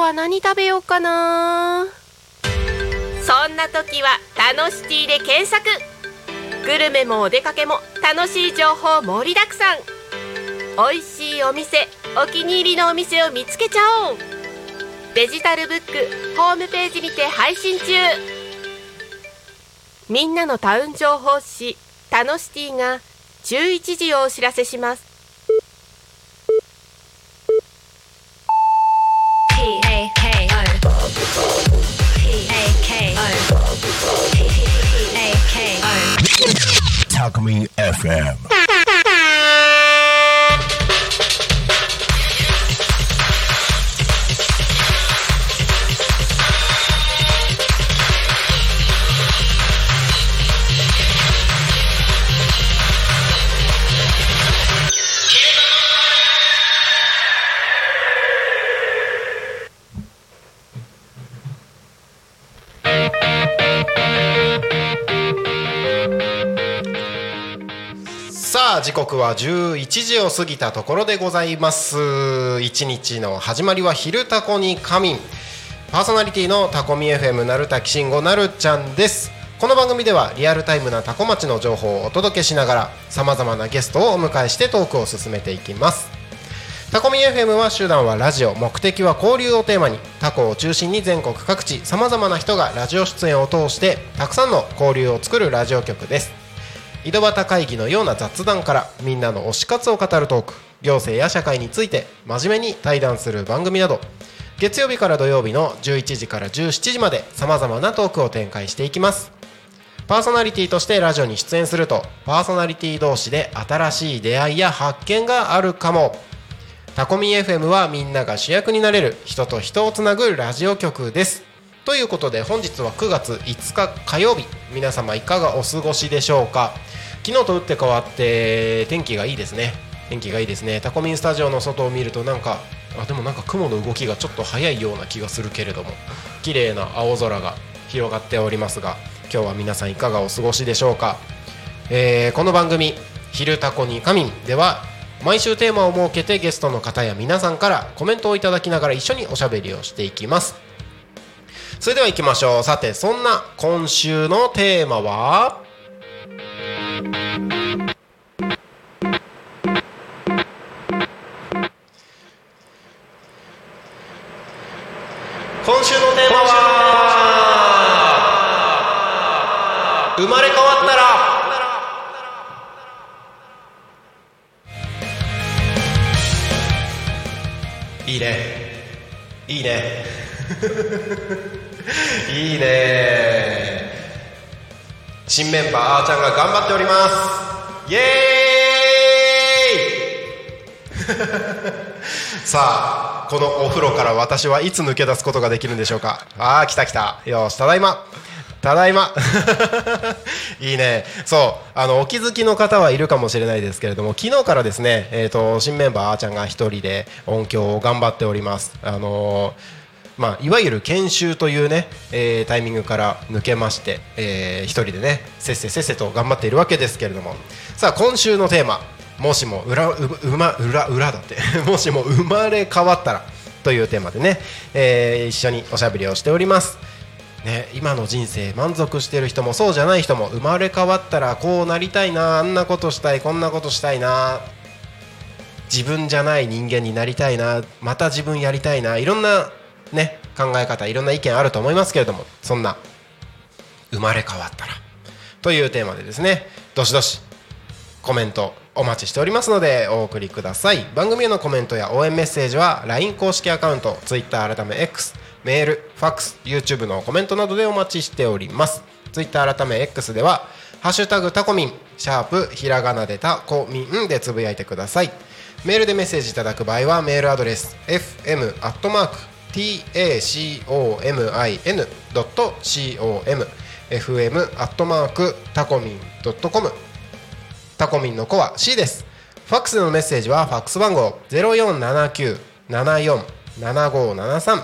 は何食べようかな。そんな時は楽しティで検索。グルメもお出かけも楽しい情報盛りだくさん。おいしいお店、お気に入りのお店を見つけちゃおう。デジタルブックホームページにて配信中。みんなのタウン情報誌タノシティが11時をお知らせします。 タコミン FM。時刻は11時を過ぎたところでございます。一日の始まりは昼タコに仮眠。パーソナリティのタコミ FM なるたきしんごなるちゃんです。この番組ではリアルタイムなタコ町の情報をお届けしながらさまざまなゲストをお迎えしてトークを進めていきます。タコミ FM は手段はラジオ、目的は交流をテーマにタコを中心に全国各地さまざまな人がラジオ出演を通してたくさんの交流を作るラジオ局です。井戸端会議のような雑談からみんなの推し活を語るトーク、行政や社会について真面目に対談する番組など、月曜日から土曜日の11時から17時までさまざまなトークを展開していきます。パーソナリティとしてラジオに出演するとパーソナリティ同士で新しい出会いや発見があるかも。タコミ FM はみんなが主役になれる人と人をつなぐラジオ局です。ということで本日は9月5日火曜日、皆様いかがお過ごしでしょうか。昨日と打って変わって天気がいいですね。タコミンスタジオの外を見るとでも雲の動きがちょっと早いような気がするけれども、綺麗な青空が広がっておりますが、今日は皆さんいかがお過ごしでしょうか。この番組昼タコに仮眠では毎週テーマを設けてゲストの方や皆さんからコメントをいただきながら一緒におしゃべりをしていきます。それでは行きましょう。さて、そんな今週のテーマは生まれ変わったら。いいねいいねいいね。新メンバーあーちゃんが頑張っております。イエーイさあ、このお風呂から私はいつ抜け出すことができるんでしょうか。来たよし、ただいまいいね。そうお気づきの方はいるかもしれないですけれども、昨日からですね、新メンバーあーちゃんが一人で音響を頑張っております。いわゆる研修というね、タイミングから抜けまして、一人でねせっせと頑張っているわけですけれども、さあ今週のテーマ、もしももしも生まれ変わったらというテーマでね、一緒におしゃべりをしておりますね。今の人生満足している人もそうじゃない人も、生まれ変わったらこうなりたいな、あんなことしたい、こんなことしたいな、自分じゃない人間になりたいな、また自分やりたいな、いろんなね考え方、いろんな意見あると思いますけれども、そんな生まれ変わったらというテーマでですね、どしどしコメントお待ちしておりますのでお送りください。番組へのコメントや応援メッセージは LINE 公式アカウント、Twitter 改め X、メール、ファックス、YouTube のコメントなどでお待ちしております。 Twitter 改め X ではハッシュタグタコミン、シャープひらがなでタコミンでつぶやいてください。メールでメッセージいただく場合はメールアドレス fm@tacomin.com fm@tacomin.com、 タコミンの子は C です。ファックスでのメッセージはファックス番号 0479747573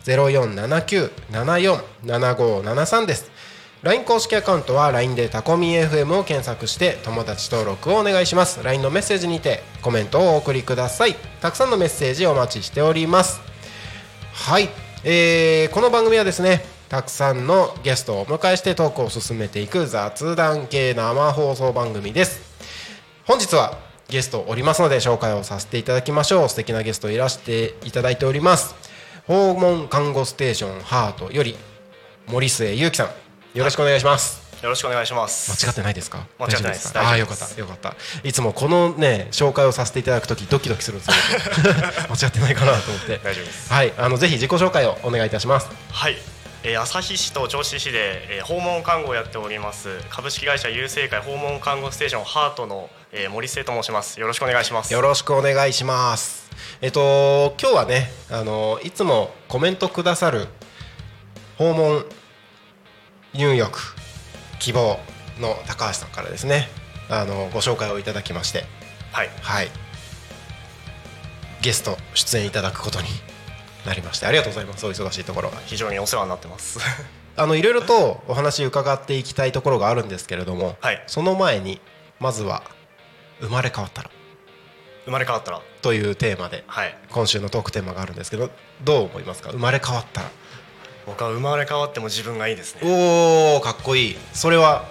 0479747573 です。 LINE 公式アカウントは LINE でタコミン FM を検索して友達登録をお願いします。 LINE のメッセージにてコメントをお送りください。たくさんのメッセージお待ちしております。はい、 この番組はですね、たくさんのゲストをお迎えしてトークを進めていく雑談系生放送番組です。本日はゲストおりますので紹介をさせていただきましょう。素敵なゲストいらしていただいております。訪問看護ステーションハートより森末裕樹さん、よろしくお願いします。 よろしくお願いします。 間違ってないですか？ 間違ってないです。 ああ、よかったよかった。いつもこのね紹介をさせていただくときドキドキするんですよ間違ってないかなと思って。 大丈夫です。 はい、ぜひ自己紹介をお願いいたします。 はい、旭市と銚子市で、訪問看護をやっております株式会社郵政会訪問看護ステーションハートの、森末と申します。よろしくお願いします。 よろしくお願いします。今日はね、いつもコメントくださる訪問入浴希望の高橋さんからですね、ご紹介をいただきまして、 はい、 はい、ゲスト出演いただくことになりまして、ありがとうございます。お忙しいところ非常にお世話になってますいろいろとお話伺っていきたいところがあるんですけれども、 はい、 その前にまずは生まれ変わったらというテーマで、 はい、 今週のトークテーマがあるんですけど、どう思いますか？生まれ変わったら。 僕は生まれ変わっても自分がいいですね。 おー、かっこいい。それは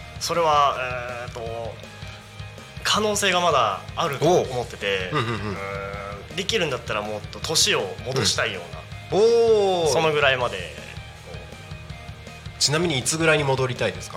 可能性がまだあると思ってて、できるんだったらもっと年を戻したいような、 おー、 そのぐらいまで。 ちなみにいつぐらいに戻りたいですか？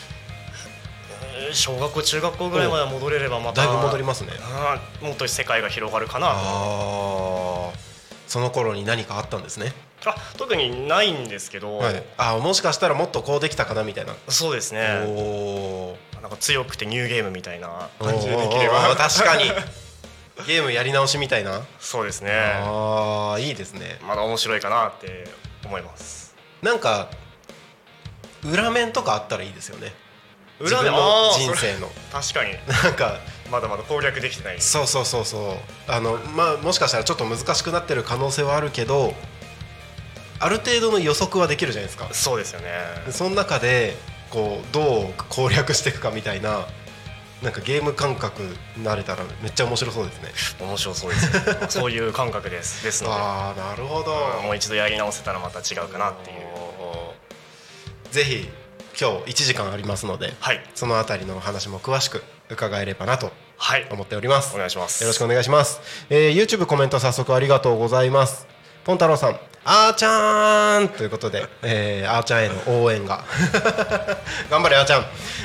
小学校中学校ぐらいまで戻れればまただいぶ戻りますね。 もっと世界が広がるかなと。 その頃に何かあったんですね。 特にないんですけど、 はい、もしかしたらもっとこうできたかなみたいな。 そうですね。なんか強くてニューゲームみたいな感じでできれば。 確かにゲームやり直しみたいな。 そうですね。 いいですね。 まだ面白いかなって思います。 なんか裏面とかあったらいいですよね。 裏面、 自分の人生の確かになんかまだまだ攻略できてない。 そうもしかしたらちょっと難しくなってる可能性はあるけど、ある程度の予測はできるじゃないですか。 そうですよね。 その中でこうどう攻略していくかみたいな、なんかゲーム感覚になれたらめっちゃ面白そうですね。 面白そうですねそういう感覚ですので。 なるほど。 もう一度やり直せたらまた違うかなっていう。 ぜひ今日1時間ありますので、 はい、 そのあたりの話も詳しく伺えればなと思っております。 お願いします。 よろしくお願いします。YouTube コメント早速ありがとうございます。ポン太郎さん、あーちゃーんということで、あーちゃんへの応援が頑張れあーちゃん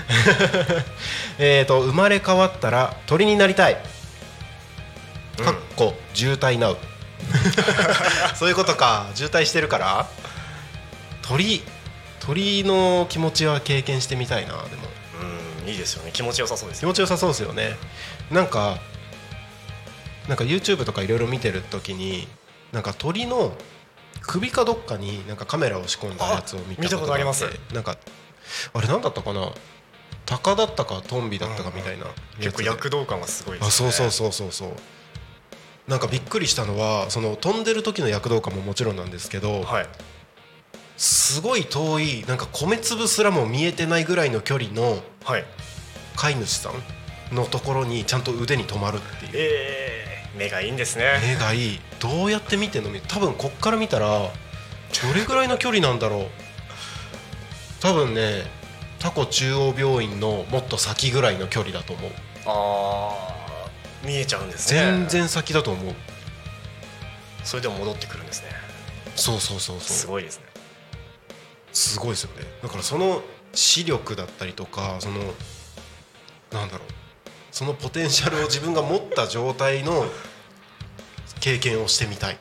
生まれ変わったら鳥になりたい、かっこ渋滞なうそういうことか。渋滞してるから鳥の気持ちは経験してみたいな。でもいいですよね。気持ちよさそうですよね。気持ちよさそうですよね。なんか YouTube とかいろいろ見てるときに、なんか鳥の首かどっかになんかカメラを仕込んだやつを見たことがあって、 見たことあります。 なんかあれ何だったかな、鷹だったかトンビだったかみたいな、 結構躍動感がすごいですね。 そうなんかびっくりしたのは、その飛んでる時の躍動感ももちろんなんですけど、 はい、 すごい遠い、なんか米粒すらも見えてないぐらいの距離の飼い主さんのところにちゃんと腕に止まるっていう。 目がいいんですね。 目がいい。どうやって見てんの？多分こっから見たらどれぐらいの距離なんだろう。多分ね、タコ中央病院のもっと先ぐらいの距離だと思う。 見えちゃうんですね。 全然先だと思う。 それでも戻ってくるんですね。 そうすごいですね。 すごいですよね。だからその視力だったりとか、そのなんだろう、そのポテンシャルを自分が持った状態の経験をしてみたい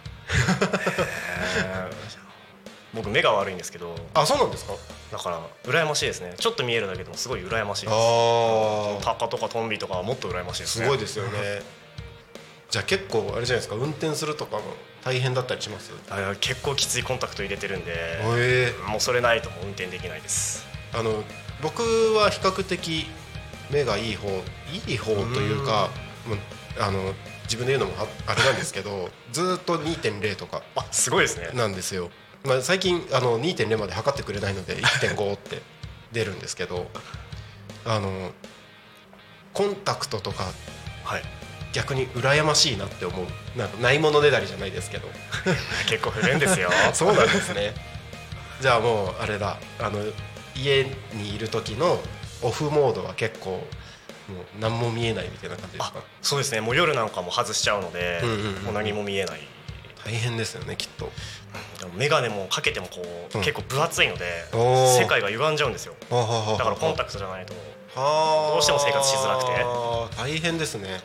僕目が悪いんですけど。 そうなんですか？ だから羨ましいですね。ちょっと見えるだけでもすごい羨ましいです。タカとかトンビとかはもっと羨ましいですね。 すごいですよねじゃあ結構あれじゃないですか、運転するとかも大変だったりします？ 結構きついコンタクト入れてるんで、もうそれないともう運転できないです。 僕は比較的目がいい方というか、自分で言うのもあれなんですけどずっと 2.0 とかすごいですね。 なんですよ。最近2.0 まで測ってくれないので 1.5 って出るんですけど、コンタクトとか逆に羨ましいなって思う。なんかないものねだりじゃないですけど結構不便ですよそうなんですね。じゃあもうあれだ、家にいる時のオフモードは結構もう何も見えないみたいな感じですか？ そうですね、もう夜なんかも外しちゃうので、もう何も見えない。 大変ですよねきっと。 でも眼鏡もかけても結構分厚いので世界が歪んじゃうんですよ。だからコンタクトじゃないとどうしても生活しづらくて大変ですね。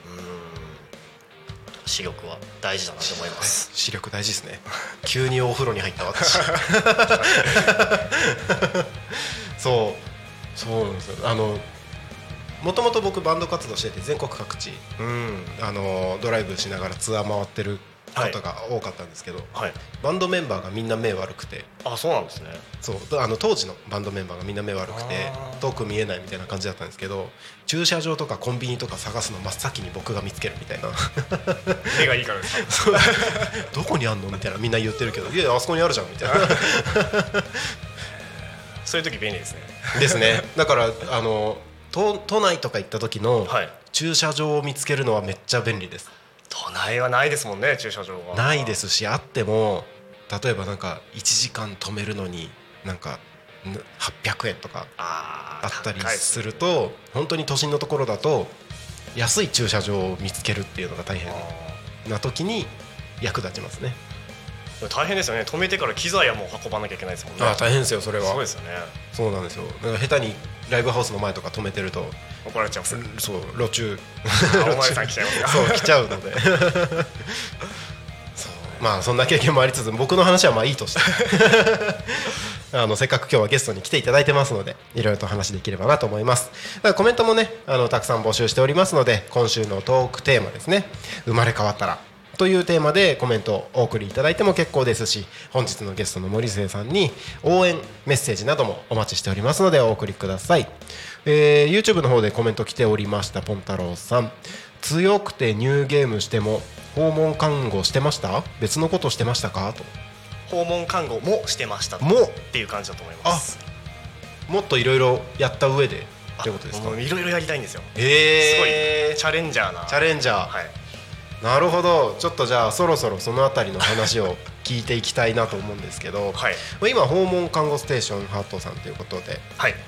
視力は大事だなと思います。 視力大事ですね急にお風呂に入った私そうなんですよ。もともと僕バンド活動してて全国各地、ドライブしながらツアー回ってることが多かったんですけど、バンドメンバーがみんな目悪くて。 そうなんですね。 そう当時のバンドメンバーがみんな目悪くて遠く見えないみたいな感じだったんですけど、駐車場とかコンビニとか探すの真っ先に僕が見つけるみたいな目がいいからですかどこにあんのみたいなみんな言ってるけど、いやあそこにあるじゃんみたいなそういう時便利ですね。 ですね。だから都内とか行った時の駐車場を見つけるのはめっちゃ便利です。 都内はないですもんね、駐車場は。 ないですし、あっても例えばなんか1時間止めるのになんか800円とかあったりすると、本当に都心のところだと安い駐車場を見つけるっていうのが大変な時に役立ちますね。 大変ですよね。止めてから機材はもう運ばなきゃいけないですもんね。 大変ですよそれは。 そうですよね。 そうなんですよ。だから下手にライブハウスの前とか止めてると怒られちゃいます。 そう路中お前さん来ちゃいますかそう来ちゃうのでまあそんな経験もありつつ、僕の話はまあいいとしてせっかく今日はゲストに来ていただいてますので、いろいろと話できればなと思います。だからコメントもねたくさん募集しておりますので、今週のトークテーマですね、生まれ変わったらというテーマでコメントをお送りいただいても結構ですし、本日のゲストの森末さんに応援メッセージなどもお待ちしておりますのでお送りください。YouTube の方でコメント来ておりました。ポン太郎さん、強くてニューゲームしても訪問看護してました？別のことしてましたか？と。 訪問看護もしてましたもっていう感じだと思います。 もっといろいろやった上でってことですか？ いろいろやりたいんですよ。すごいチャレンジャーな。 チャレンジャー、なるほど。ちょっとじゃあそろそろそのあたりの話を聞いていきたいなと思うんですけど、今訪問看護ステーションハートさんということで、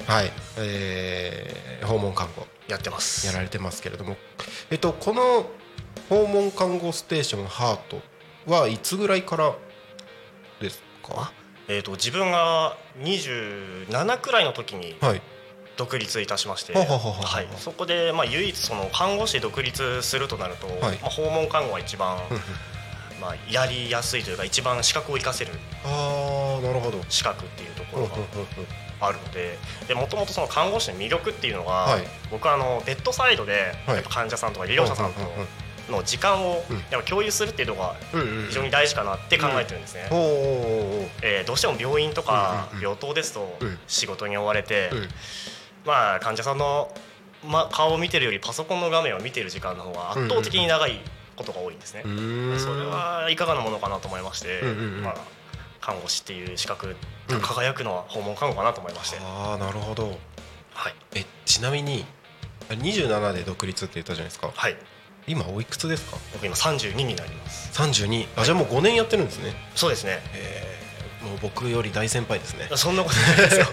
訪問看護やってます。 やられてますけれども、この訪問看護ステーションハートはいつぐらいからですか？ 自分が27くらいの時に独立いたしまして、そこで唯一その看護師独立するとなると、訪問看護は一番やりやすいというか、一番資格を生かせる資格っていうところがあるので、もともとその看護師の魅力っていうのが、僕はベッドサイドで患者さんとか医療者さんとの時間をやっぱ共有するっていうのが非常に大事かなって考えてるんですね。どうしても病院とか病棟ですと仕事に追われて、患者さんの顔を見てるよりパソコンの画面を見てる時間の方が圧倒的に長いことが多いんですね。それはいかがなものかなと思いまして、看護師っていう資格輝くのは訪問看護かなと思いまして。 なるほど。ちなみに27で独立って言ったじゃないですか。今おいくつですか？ 僕今32になります。 32。じゃあもう5年やってるんですね。 そうですね。 もう僕より大先輩ですね。 そんなことないですよ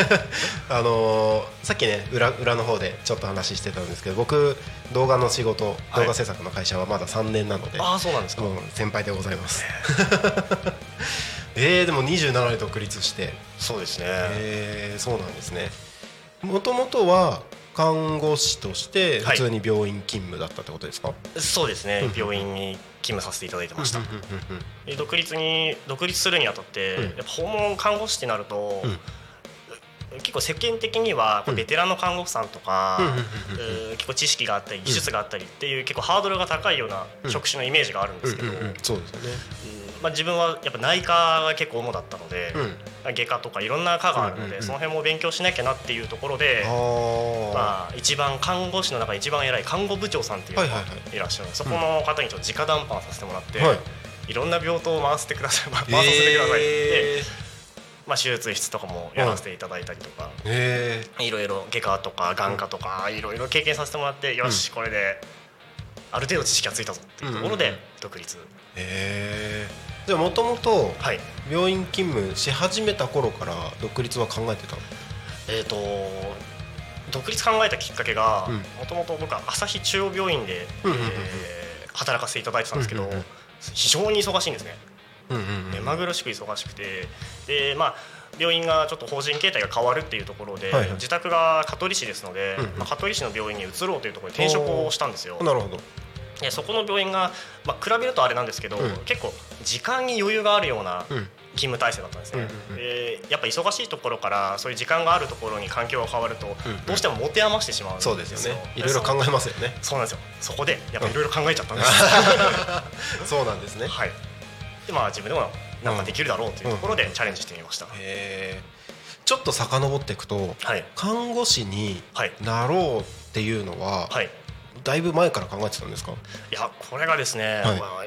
さっきね裏の方でちょっと話してたんですけど、僕動画の仕事、動画制作の会社はまだ3年なので、 そうなんですか。 もう先輩でございますでも27で独立して。 そうですね。 そうなんですね。もともとは看護師として普通に病院勤務だったってことですか？ そうですね。病院に勤務させていただいてました。独立するにあたって、やっぱ訪問看護師ってなると、結構世間的にはベテランの看護婦さんとか結構知識があったり技術があったりっていう結構ハードルが高いような職種のイメージがあるんですけど、 そうですよね。 自分はやっぱ内科が結構主だったので、外科とかいろんな科があるので、その辺も勉強しなきゃなっていうところで、一番看護師の中で一番偉い看護部長さんっていうのがいらっしゃるので、そこの方にちょっと直談判させてもらって、いろんな病棟を回させてくださいって言って、手術室とかもやらせていただいたりとか、いろいろ外科とか眼科とかいろいろ経験させてもらって、よしこれである程度知識がついたぞっていうところで独立。 じゃあもともと病院勤務し始めた頃から独立は考えてたの？ 独立考えたきっかけがもともと僕は旭中央病院で働かせていただいてたんですけど、非常に忙しいんですね。目まぐるしく忙しくて、で病院がちょっと法人形態が変わるっていうところで、自宅が香取市ですので、香取市の病院に移ろうというところで転職をしたんですよ。 なるほど。 でそこの病院が、比べるとあれなんですけど、結構時間に余裕があるような勤務体制だったんですね。でやっぱ忙しいところからそういう時間があるところに環境が変わると、どうしても持て余してしまうんですよ。 そうですよね。いろいろ考えますよね。 そうなんですよ。そこでやっぱいろいろ考えちゃったんです。 そうなんですね。 はい。で自分でもなんかできるだろうというところでチャレンジしてみました。 ちょっと遡っていくと、看護師になろうっていうのは、だいぶ前から考えてたんですか？ いや、これがですね、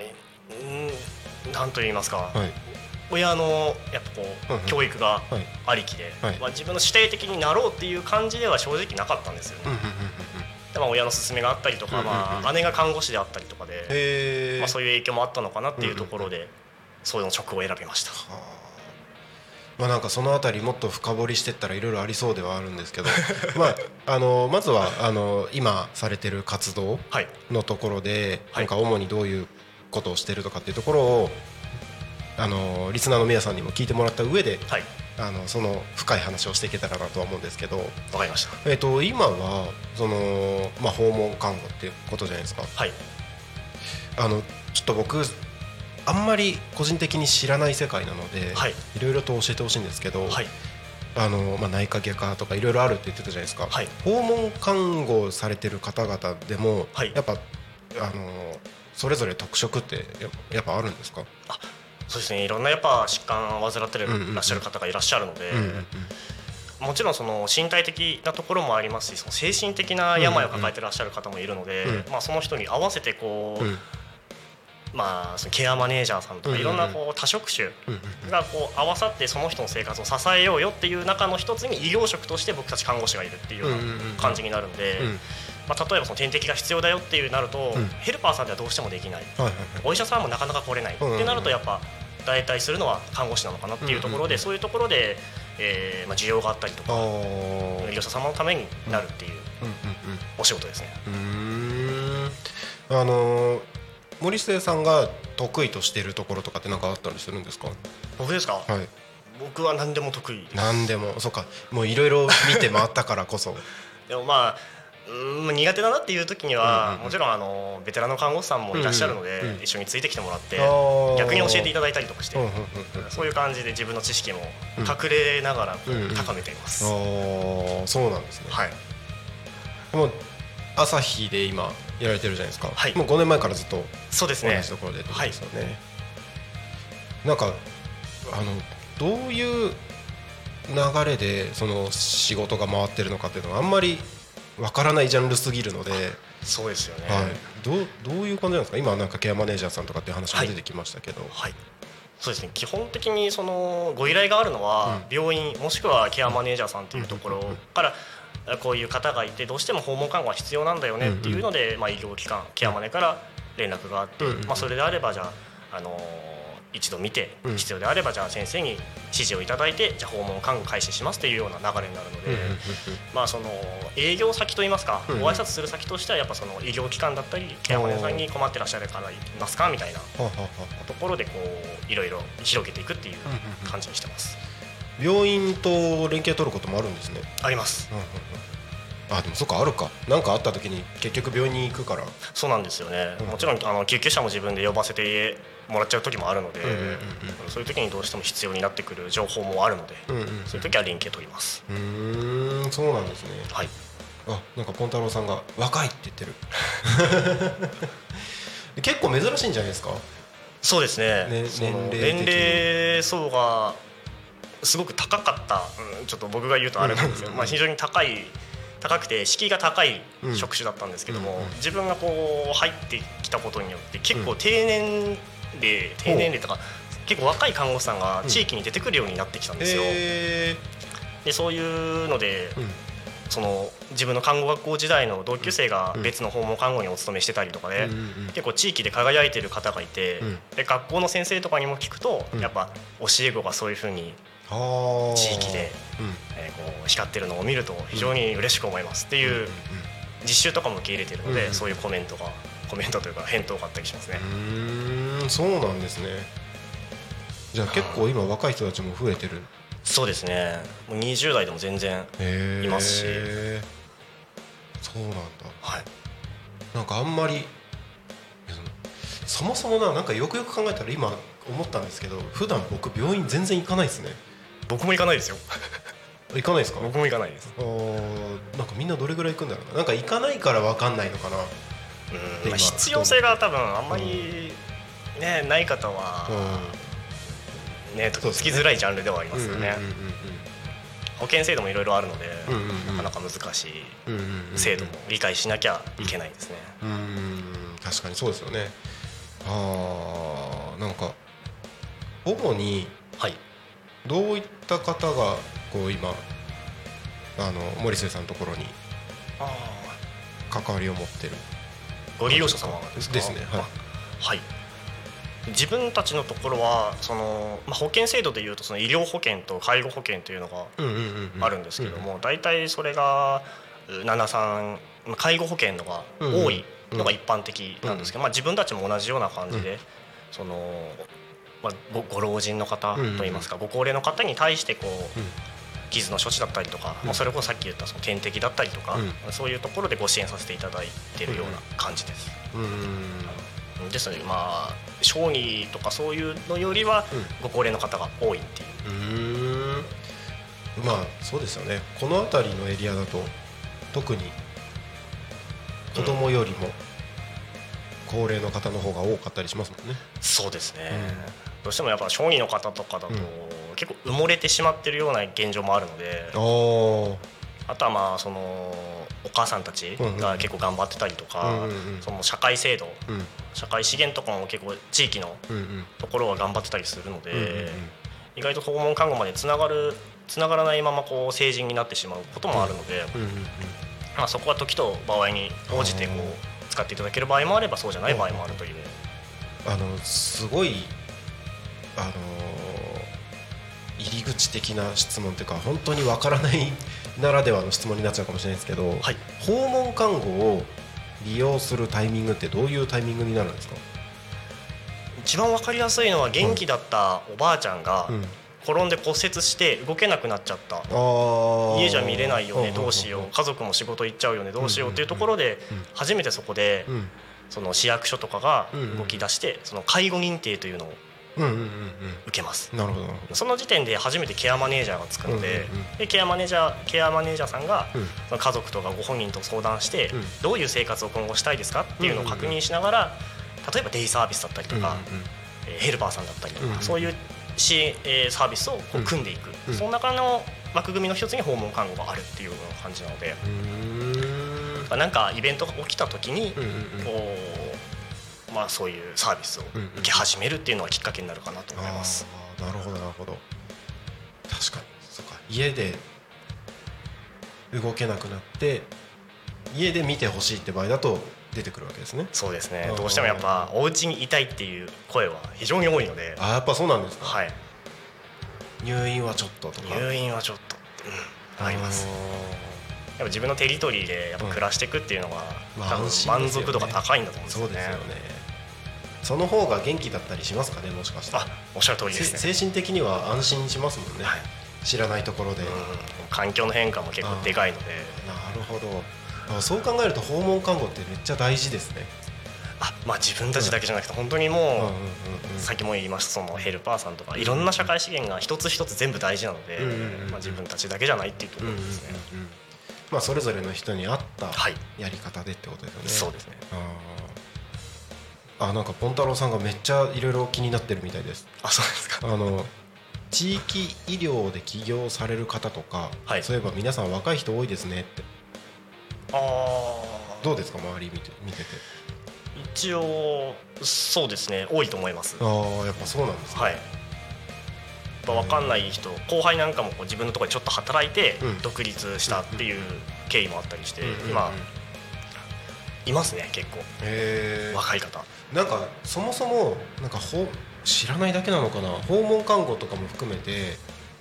なんと言いますか、親のやっぱこう教育がありきで、自分の主体的になろうっていう感じでは正直なかったんですよね。で親の勧めがあったりとか、姉が看護師であったりとかで、そういう影響もあったのかなっていうところで、そういう職を選びました。 なんかそのあたりもっと深掘りしていったらいろいろありそうではあるんですけどまずは今されてる活動のところで、なんか主にどういうことをしてるとかっていうところをリスナーの皆さんにも聞いてもらった上で、その深い話をしていけたらなとは思うんですけど。 わかりました。 今はその、訪問看護っていうことじゃないですか。ちょっと僕あんまり個人的に知らない世界なので、いろいろと教えてほしいんですけど、内科外科とかいろいろあるって言ってたじゃないですか。訪問看護されてる方々でも、やっぱそれぞれ特色ってやっぱあるんですか？ そうですね。いろんなやっぱ疾患を患っていらっしゃる方がいらっしゃるので、もちろんその身体的なところもありますし、その精神的な病を抱えていらっしゃる方もいるので、その人に合わせてこう、そのケアマネージャーさんとかいろんなこう多職種がこう合わさってその人の生活を支えようよっていう中の一つに医療職として僕たち看護師がいるっていうような感じになるんで、例えばその点滴が必要だよっていうなると、ヘルパーさんではどうしてもできない、お医者さんもなかなか来れないってなると、やっぱ代替するのは看護師なのかなっていうところで、そういうところで需要があったりとか、医療者様のためになるっていうお仕事ですね。 森末さんが得意としているところとかって何かあったりするんですか？ 僕ですか？僕は何でも得意です。 何でも。そうか、もういろいろ見て回ったからこそ。 でも苦手だなっていう時には、もちろんベテランの看護師さんもいらっしゃるので、一緒についてきてもらって逆に教えていただいたりとかして、そういう感じで自分の知識も隠れながら高めています。 そうなんですね。もう朝日で今やられてるじゃないですか。もう5年前からずっとそうですね、 同じところでってことですよね。なんかどういう流れでその仕事が回ってるのかっていうのはあんまりわからないジャンルすぎるので。 そうですよね。 どういう感じなんですか？今なんかケアマネージャーさんとかっていう話も出てきましたけど。 そうですね。基本的にそのご依頼があるのは病院もしくはケアマネージャーさんというところからこういう方がいてどうしても訪問看護は必要なんだよねっていうので、医療機関ケアマネから連絡があって、それであればじゃあ一度見て、必要であればじゃあ先生に指示をいただいて、じゃあ訪問看護開始しますというような流れになるので、その営業先といいますか、ご挨拶する先としてはやっぱその医療機関だったりケアマネさんに困ってらっしゃる方いますかみたいなところでこういろいろ広げていくっていう感じにしてます。 病院と連携取ることもあるんですね。 あります。 でもそっか、あるか。何かあった時に結局病院に行くから。そうなんですよね。もちろん救急車も自分で呼ばせてもらっちゃう時もあるので、そういう時にどうしても必要になってくる情報もあるので、そういう時は連携取ります。 そうなんですね。なんかポン太郎さんが若いって言ってる。結構珍しいんじゃないですか？ そうですね。年齢層がすごく高かった、ちょっと僕が言うとあれなんですけど、非常に高くて敷居が高い職種だったんですけども、自分がこう入ってきたことによって結構低年齢とか結構若い看護師さんが地域に出てくるようになってきたんですよ。でそういうのでその自分の看護学校時代の同級生が別の訪問看護にお勤めしてたりとかで、結構地域で輝いてる方がいて、で学校の先生とかにも聞くと、やっぱ教え子がそういう風に地域でこう光ってるのを見ると非常に嬉しく思いますっていう実習とかも受け入れてるので、そういうコメントというか返答があったりしますね。 そうなんですね。じゃあ結構今若い人たちも増えてる。 そうですね。もう20代でも全然いますし。 そうなんだ。 はい。 なんかあんまりそもそもなんかよくよく考えたら今思ったんですけど、普段僕病院全然行かないですね。 僕も行かないですよ。 行かないですか？ 僕も行かないです。 なんかみんなどれぐらい行くんだろうな。なんか行かないから分かんないのかな。 まあ、必要性が多分あんまりね、ない方はね、とっつきづらいジャンルではありますよね。保険制度もいろいろあるので、なかなか難しい制度も理解しなきゃいけないですね。 確かにそうですよね。なんか主にどういった方がこう今森末さんのところに関わりを持ってるご利用者様ですね。 はい。自分たちのところはその、保険制度でいうとその医療保険と介護保険というのがあるんですけども、大体それが73介護保険のが多いのが一般的なんですけど、自分たちも同じような感じでその、ご老人の方といいますか、ご高齢の方に対してこう傷の処置だったりとか、それこそさっき言ったその点滴だったりとか、そういうところでご支援させていただいているような感じです。ですので小児とかそういうのよりはご高齢の方が多いっていう。 そうですよね。この辺りのエリアだと特に子供よりも高齢の方の方が多かったりしますもんね。 そうですね。どうしてもやっぱ小児の方とかだと結構埋もれてしまってるような現状もあるので、あとはそのお母さんたちが結構頑張ってたりとか、その社会制度、社会資源とかも結構地域のところは頑張ってたりするので、意外と訪問看護までつながらないままこう成人になってしまうこともあるので、そこは時と場合に応じてこう使っていただける場合もあればそうじゃない場合もあるという。 すごい入り口的な質問というか本当にわからないならではの質問になっちゃうかもしれないですけど、訪問看護を利用するタイミングってどういうタイミングになるんですか？ 一番わかりやすいのは元気だったおばあちゃんが転んで骨折して動けなくなっちゃった、家じゃ見れないよね、どうしよう、家族も仕事行っちゃうよね、どうしようっていうところで初めてそこでその市役所とかが動き出してその介護認定というのを受けます。 なるほど。 その時点で初めてケアマネージャーがつくので、ケアマネージャーさんがその家族とかご本人と相談してどういう生活を今後したいですかっていうのを確認しながら、例えばデイサービスだったりとかヘルパーさんだったりとか、そういうサービスをこう組んでいく、その中の枠組みの一つに訪問看護があるっていうような感じなので、なんかイベントが起きた時にこうそういうサービスを受け始めるっていうのがきっかけになるかなと思います。 なるほどなるほど。確かにそうか。家で動けなくなって家で見てほしいって場合だと出てくるわけですね。 そうですね。どうしてもやっぱお家にいたいっていう声は非常に多いので。 やっぱそうなんですか。 はい。 入院はちょっととか。 入院はちょっと、あります。やっぱ自分のテリトリーでやっぱ暮らしていくっていうのが、多分満足度が高いんだと思うんですよね。そうですよね。 その方が元気だったりしますかね、もしかしたら。 おっしゃる通りですね。 精神的には安心しますもんね。知らないところで。 環境の変化も結構でかいので。 なるほど。そう考えると訪問看護ってめっちゃ大事ですね。 自分たちだけじゃなくて本当にもうさっきも言いましたそのヘルパーさんとかいろんな社会資源が一つ一つ全部大事なので、自分たちだけじゃないっていうところですね。 それぞれの人に合ったやり方でってことですよね。 そうですね。 なんかポンタロウさんがめっちゃいろいろ気になってるみたいです。 そうですか。 地域医療で起業される方とか、そういえば皆さん若い人多いですねって。どうですか、周り見てて。 一応そうですね、多いと思います。 やっぱそうなんですね。 ぱ分かんない人、後輩なんかもこう自分のところでちょっと働いて独立したっていう経緯もあったりして、今いますね結構若い方。 なんかそもそもなんか知らないだけなのかな、訪問看護とかも含めて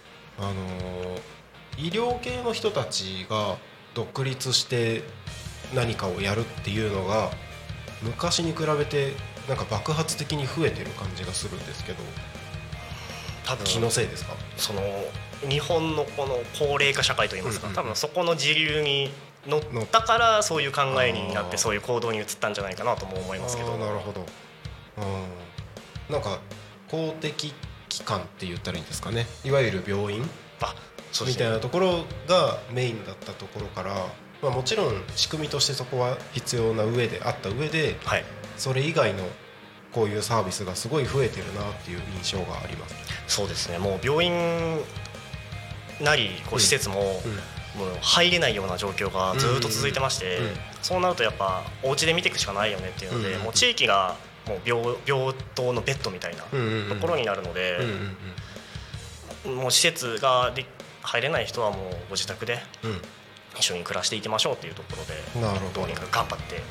医療系の人たちが独立して何かをやるっていうのが昔に比べてなんか爆発的に増えてる感じがするんですけど、多分気のせいですか？ その日本のこの高齢化社会といいますか、多分そこの時流に乗ったからそういう考えになってそういう行動に移ったんじゃないかなとも思いますけど。 なるほど。なんか公的機関って言ったらいいんですかね、いわゆる病院みたいなところがメインだったところから、もちろん仕組みとしてそこは必要な上であった上で、それ以外のこういうサービスがすごい増えてるなっていう印象があります。 そうですね、もう病院なりこう施設も、もう入れないような状況がずっと続いてまして、そうなるとやっぱお家で見ていくしかないよねっていうので、もう地域がもう病棟のベッドみたいなところになるので、もう施設が入れない人はもうご自宅で一緒に暮らしていきましょうっていうところで、どうにか頑張って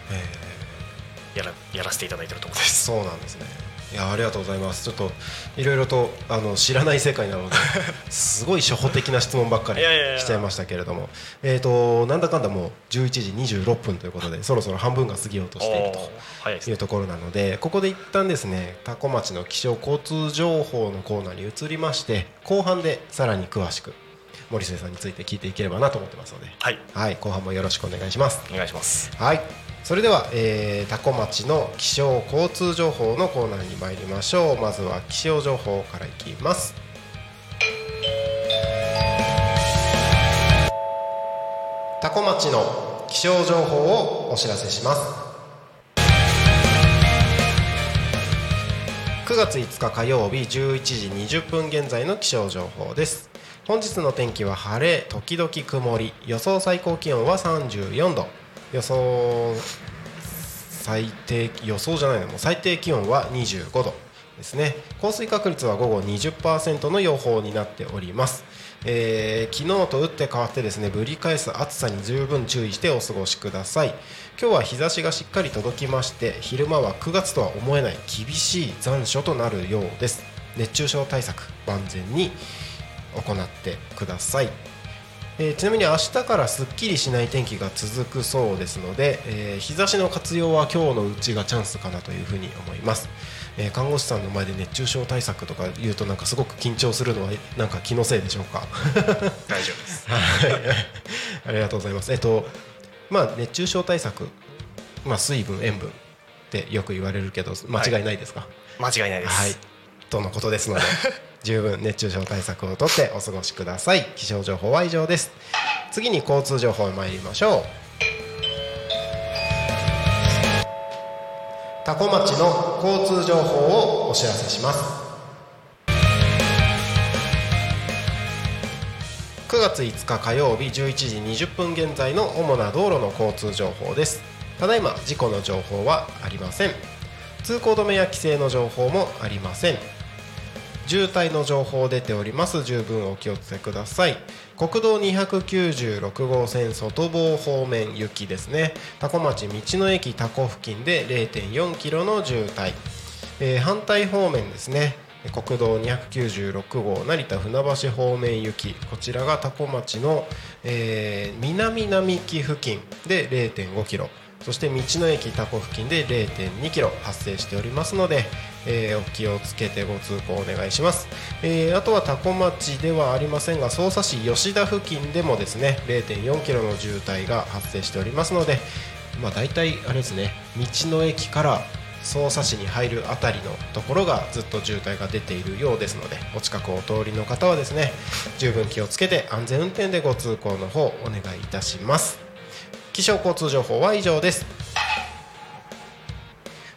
やらせていただいているところです。 そうなんですね。いや、ありがとうございます。ちょっといろいろと知らない世界なのですごい初歩的な質問ばっかりしちゃいましたけれども、なんだかんだもう11時26分ということで、そろそろ半分が過ぎようとしているというところなので、ここで一旦ですね、多古町の気象交通情報のコーナーに移りまして、後半でさらに詳しく森末さんについて聞いていければなと思ってますので、はい、後半もよろしくお願いします。 お願いします。 はい、それでは、多古町の気象交通情報のコーナーに参りましょう。まずは気象情報からいきます。多古町の気象情報をお知らせします。9月5日火曜日11時20分現在の気象情報です。本日の天気は晴れ時々曇り、予想最高気温は34度、最低気温は25度ですね。降水確率は午後 20% の予報になっております。昨日と打って変わってですね、ぶり返す暑さに十分注意してお過ごしください。今日は日差しがしっかり届きまして、昼間は9月とは思えない厳しい残暑となるようです。熱中症対策万全に行ってください。ちなみに明日からすっきりしない天気が続くそうですので、日差しの活用は今日のうちがチャンスかなというふうに思います。看護師さんの前で熱中症対策とか言うとなんかすごく緊張するのはなんか気のせいでしょうか？ 大丈夫です。 ありがとうございます。熱中症対策、水分塩分ってよく言われるけど間違いないですか？ 間違いないです。 はい、とのことですので十分熱中症対策をとってお過ごしください。気象情報は以上です。次に交通情報へ参りましょう。多古町の交通情報をお知らせします。9月5日火曜日11時20分現在の主な道路の交通情報です。ただいま事故の情報はありません。通行止めや規制の情報もありません。渋滞の情報出ております。十分お気をつけください。国道296号線外房方面行きですね。多古町道の駅多古付近で 0.4 キロの渋滞、反対方面ですね、国道296号成田船橋方面行き、こちらが多古町の、南並木付近で 0.5 キロ、そして道の駅多古付近で 0.2 キロ発生しておりますので、お気をつけてご通行お願いします。あとは多古町ではありませんが、匝瑳市吉田付近でもですね 0.4 キロの渋滞が発生しておりますので、だいたいあれですね、道の駅から匝瑳市に入るあたりのところがずっと渋滞が出ているようですので、お近くお通りの方はですね十分気をつけて安全運転でご通行の方お願いいたします。気象交通情報は以上です。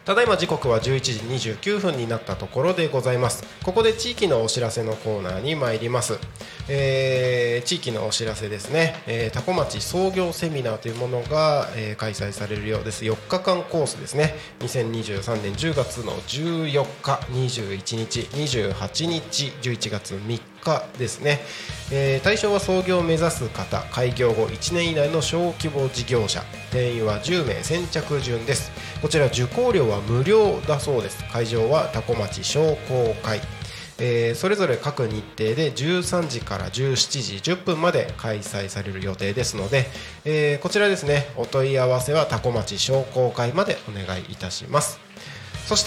ただいま時刻は11時29分になったところでございます。ここで地域のお知らせのコーナーに参ります。地域のお知らせですね、多古町創業セミナーというものが、開催されるようです。4日間コースですね。2023年10月の14日、21日、28日、11月3日ですね。対象は創業を目指す方、開業後1年以内の小規模事業者、定員は10名、先着順です。こちら受講料は無料だそうです。会場は多古町商工会、それぞれ各日程で13時から17時10分まで開催される予定ですので、こちらですね、お問い合わせは多古町商工会までお願いいたします。そして、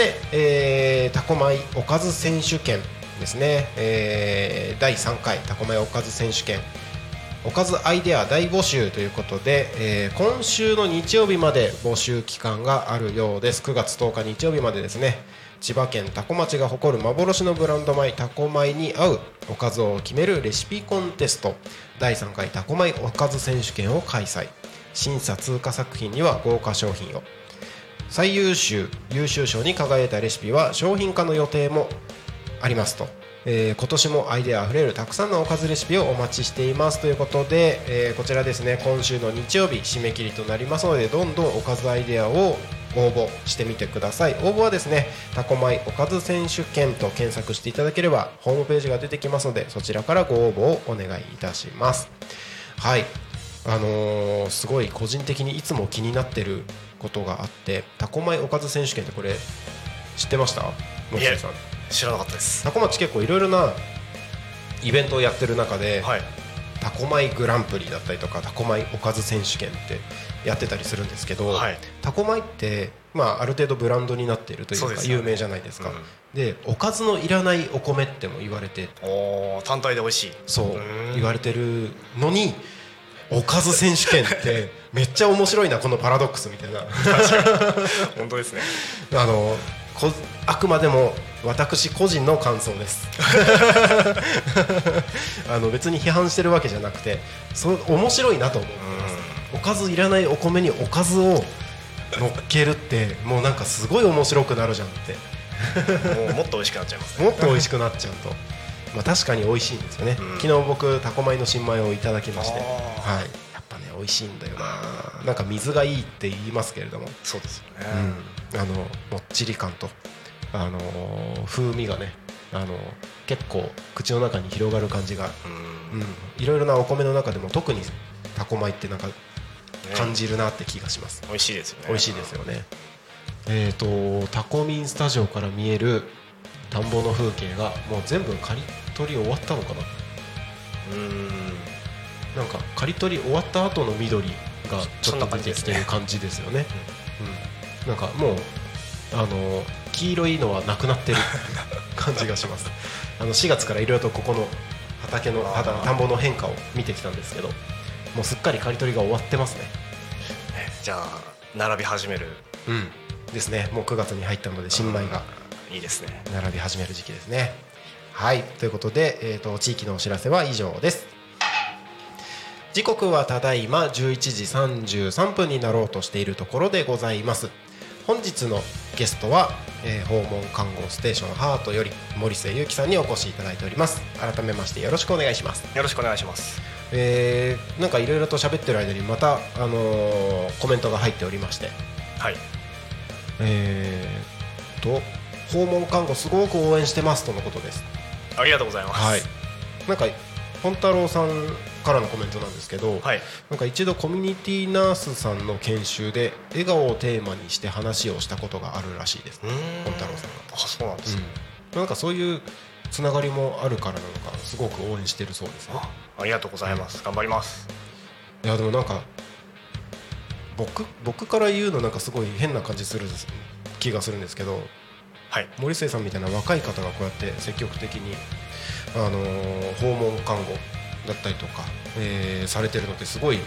多古米おかず選手権ですね、第3回多古米おかず選手権おかずアイデア大募集ということで、今週の日曜日まで募集期間があるようです。9月10日日曜日までですね。千葉県多古町が誇る幻のブランド米多古米に合うおかずを決めるレシピコンテスト第3回多古米おかず選手権を開催。審査通過作品には豪華商品を、最優秀優秀賞に輝いたレシピは商品化の予定もありますと、今年もアイデアあふれるたくさんのおかずレシピをお待ちしていますということで、こちらですね、今週の日曜日締め切りとなりますので、どんどんおかずアイデアを応募してみてください。応募はですね、多古米おかず選手権と検索していただければホームページが出てきますので、そちらからご応募をお願いいたします。はい、すごい個人的にいつも気になってることがあって、多古米おかず選手権ってこれ知ってました？もしさん知らなかったです。 多古町結構いろいろなイベントをやってる中で、はい、多古米グランプリだったりとか多古米おかず選手権ってやってたりするんですけど、はい、多古米って、ある程度ブランドになっているというか有名じゃないですか。でおかずのいらないお米っても言われて、 単体で美味しい、 そう言われてるのに、おかず選手権ってめっちゃ面白いな、このパラドックスみたいな本当ですね。 あくまでも私個人の感想です別に批判してるわけじゃなくて、面白いなと思ってます。おかずいらないお米におかずを乗っけるってもうなんかすごい面白くなるじゃんってもっと美味しくなっちゃいますね。 もっと美味しくなっちゃうと、確かに美味しいんですよね。昨日僕多古米の新米をいただきまして、はい、やっぱね美味しいんだよな。なんか水がいいって言いますけれども、 そうですよね、 もっちり感と風味がね、結構口の中に広がる感じが、いろいろなお米の中でも特に多古米ってなんか感じるなって気がします。 美味しいですよね。 美味しいですよね。タコミンスタジオから見える田んぼの風景がもう全部刈り取り終わったのかな。なんか刈り取り終わった後の緑がちょっと出てきてる感じですよね。なんかもう黄色いのはなくなってる感じがします4月からいろいろとここの畑の田んぼの変化を見てきたんですけど、もうすっかり刈り取りが終わってますね。 じゃあ並び始める、 ですね。もう9月に入ったので新米がいいですね、 並び始める時期ですね。はい、ということで、地域のお知らせは以上です。時刻はただいま11時33分になろうとしているところでございます。本日のゲストは、訪問看護ステーションハートより森末裕樹さんにお越しいただいております。改めましてよろしくお願いします。 よろしくお願いします。 なんかいろいろと喋ってる間にまた、コメントが入っておりまして、 はい、 訪問看護すごく応援してますとのことです。 ありがとうございます。 はい、なんか本太郎さんからのコメントなんですけど、 はい、 なんか一度コミュニティナースさんの研修で笑顔をテーマにして話をしたことがあるらしいですね、本太郎さんが。 そうなんですね、 なんかそういうつながりもあるからなのかすごく応援してるそうですね。 ありがとうございます、頑張ります。 いやでもなんか僕から言うのなんかすごい変な感じする気がするんですけど、 はい、 森末さんみたいな若い方がこうやって積極的に、訪問看護だったりとか、されてるのってすごい、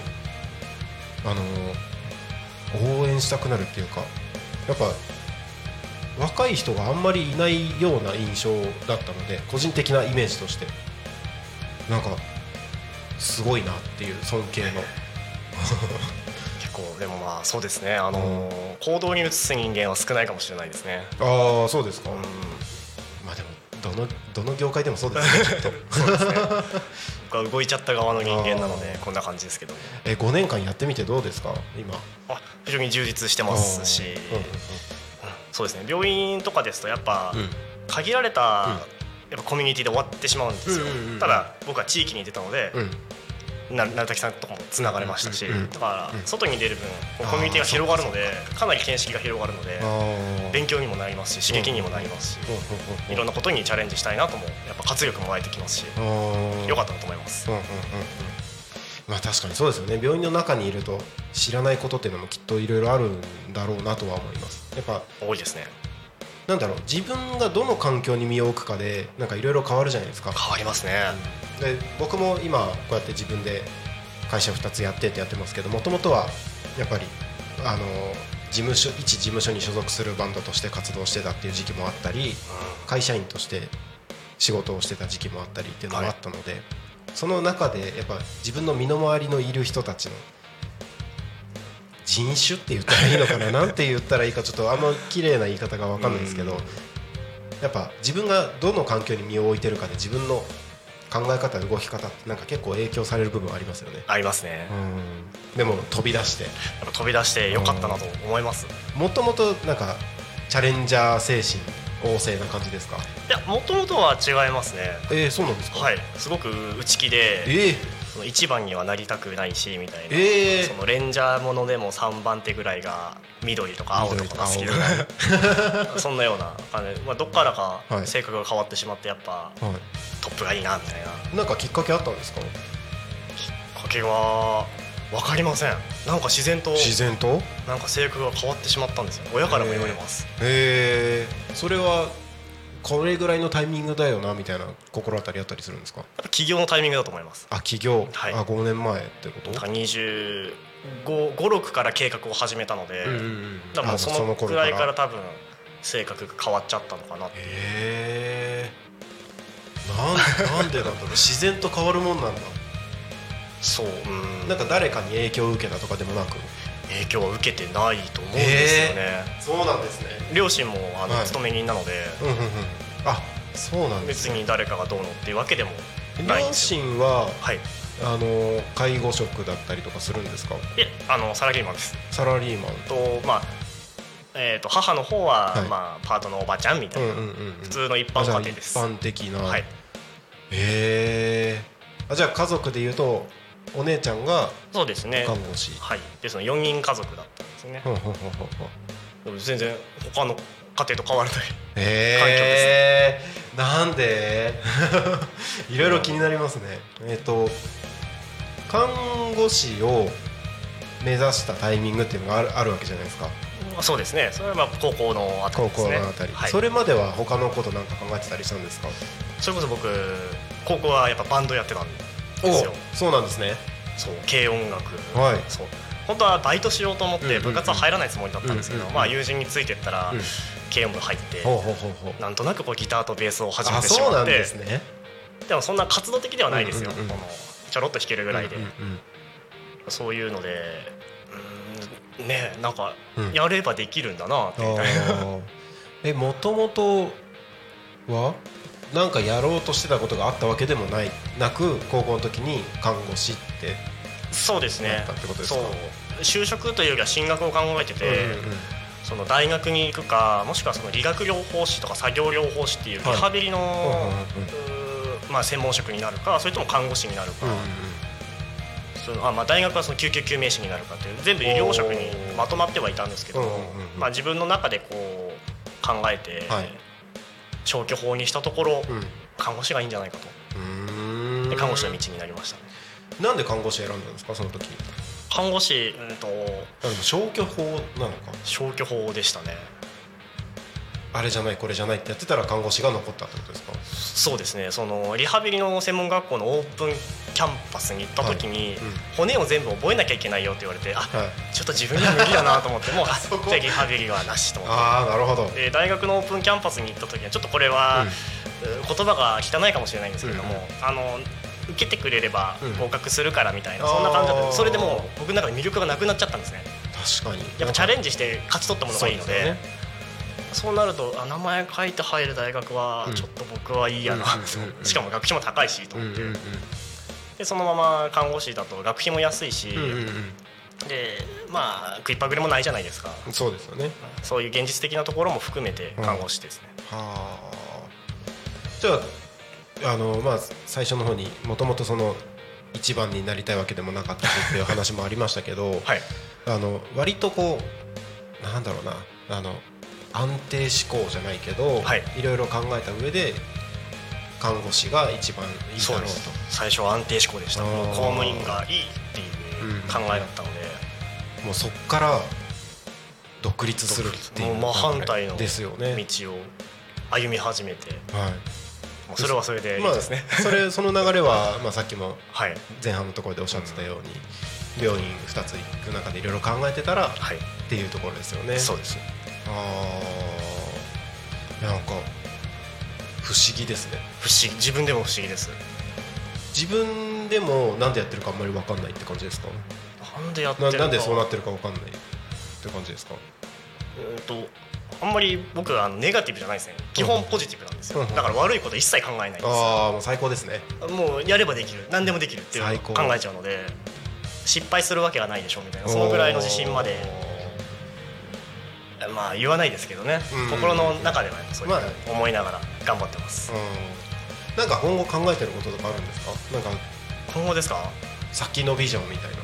応援したくなるっていうか、やっぱ若い人があんまりいないような印象だったので、個人的なイメージとしてなんかすごいなっていう尊敬の結結構でもまあそうですね、行動に移す人間は少ないかもしれないですね。 ああそうですか、まあでもどの業界でもそうですねきっとそうですね僕は動いちゃった側の人間なのでこんな感じですけど、 5年間やってみてどうですか今。 非常に充実してますし、そうですね、病院とかですとやっぱ限られたやっぱコミュニティで終わってしまうんですよ。ただ僕は地域に出たので、鳴滝さんとかもつながれましたし、だから外に出る分コミュニティが広がるので、かなり見識が広がるので勉強にもなりますし刺激にもなりますし、いろんなことにチャレンジしたいなともやっぱ活力も湧いてきますし、良かったなと思います。 まあ確かにそうですよね。病院の中にいると知らないことっていうのもきっといろいろあるんだろうなとは思います。やっぱ多いですね。 なんだろう、自分がどの環境に身を置くかでなんかいろいろ変わるじゃないですか。 変わりますね。 で僕も今こうやって自分で会社2つやってってやってますけど、もともとはやっぱり一事務所に所属するバンドとして活動してたっていう時期もあったり、会社員として仕事をしてた時期もあったりっていうのがあったので、その中でやっぱ自分の身の回りのいる人たちの人種って言ったらいいのかななんて言ったらいいかちょっとあんま綺麗な言い方が分かんないんですけど、やっぱ自分がどの環境に身を置いてるかで自分の考え方動き方ってなんか結構影響される部分ありますよね。 ありますね。 でも飛び出してよかったなと思います。 もともとなんかチャレンジャー精神旺盛な感じですか？ いや、もともとは違いますね。 そうなんですか？ はい、すごく内気で、その1番にはなりたくないしみたいな、そのレンジャーものでも3番手ぐらいが緑とか青とかが好きでそんなような感じで、どっからか性格が変わってしまってやっぱ、トップがいいなみたいな。 なんかきっかけあったんですか？きっかけは分かりません。なんか自然となんか性格が変わってしまったんですよ。親からも言われます。 それはこれぐらいのタイミングだよなみたいな心当たりあったりするんですか？やっぱ起業のタイミングだと思います。 起業、5年前ってこと？ だから25、6から計画を始めたので、だからもうそのくらいから多分性格が変わっちゃったのかなって。 なんでなんだろう自然と変わるもんなんだ。 そう、 なんか誰かに影響を受けたとかでもなく？ 影響は受けてないと思うんですよね。 そうなんですね。 両親も勤め人なので、 そうなんですね。別に誰かがどうのっていうわけでもないんですよ。 両親は、介護職だったりとかするんですか？ サラリーマンです。 サラリーマンと、母の方は、パートのおばちゃんみたいな、普通の一般家庭です。 一般的な。じゃあ家族でいうとお姉ちゃんがそうですね、 看護師。 でその4人家族だったんですね。でも全然他の家庭と変わらない環境ですね。 なんでいろいろ気になりますね。看護師を目指したタイミングっていうのがあるわけじゃないですか。 そうですね。それは高校のあたりですね。 それまでは他のことなんか考えてたりしたんですか？ それこそ僕高校はやっぱバンドやってたんですよ。 そうなんですね。 そう、軽音楽、そう本当はバイトしようと思って部活は入らないつもりだったんですけど、友人についてったら軽音部入って、なんとなくギターとベースを始めてしまって。 そうなんですね。 でもそんな活動的ではないですよ。ちょろっと弾けるぐらいで、そういうのでね、なんかやればできるんだなってみたいな。 もともとはなんかやろうとしてたことがあったわけでもなく高校の時に看護師ってそうですね。 なったってことですか？ 就職というよりは進学を考えてて、その大学に行くかもしくはその理学療法士とか作業療法士っていうリハビリの専門職になるか、それとも看護師になるか、大学はその救急救命士になるかっていう全部医療職にまとまってはいたんですけども、自分の中でこう考えて消去法にしたところ、看護師がいいんじゃないかと。で看護師の道になりましたね。 なんで看護師選んだんですかその時？ 看護師消去法なのか？ 消去法でしたね。 あれじゃないこれじゃないってやってたら看護師が残ったってことですか？ そうですね。そのリハビリの専門学校のオープンキャンパスに行った時に、骨を全部覚えなきゃいけないよって言われて、ちょっと自分には無理だなと思ってもうじゃあリハビリはなしと思って。 なるほど。 で大学のオープンキャンパスに行った時はちょっとこれは、言葉が汚いかもしれないんですけれども、 受けてくれれば合格するからみたいな、そんな感じだった。それでも僕の中で魅力がなくなっちゃったんですね。 確かにやっぱチャレンジして勝ち取ったものがいいので、そうなると名前書いて入る大学はちょっと僕はいいやな、しかも学費も高いしと思って、でそのまま看護師だと学費も安いし、でまあ食いっぱぐれもないじゃないですか。 そうですよね。 そういう現実的なところも含めて看護師ですね。 はあ。じゃあまあ最初の方にもともとその一番になりたいわけでもなかったっていう話もありましたけど、 はい、 割とこうなんだろうな安定志向じゃないけど、はい、いろいろ考えた上で看護師が一番いいだろうと。 最初は安定志向でした。もう公務員がいいっていう考えだったので、 もうそっから独立するっていうもう真反対の道ですよね。 を歩み始めて、 はい、 もうそれはそれでいいですね。 その流れはまあさっきも前半のところでおっしゃってたように、病院2つ行く中でいろいろ考えてたらっていうところですよね。 そうです。 なんか不思議ですね。 自分でも不思議です。 自分でもなんでやってるかあんまり分かんないって感じですか？ なんでやってるか、 なんでそうなってるか分かんないって感じですか？ あんまり僕はネガティブじゃないですね。基本ポジティブなんですよ。だから悪いこと一切考えないんです。 もう最高ですね。 もうやればできる、何でもできるっていうのを考えちゃうので、失敗するわけがないでしょみたいな、そのぐらいの自信まで、まあ言わないですけどね、心の中ではそういう思いながら頑張ってます。 なんか今後考えてることとかあるんですか？なんか今後ですか？ 先のビジョンみたいな。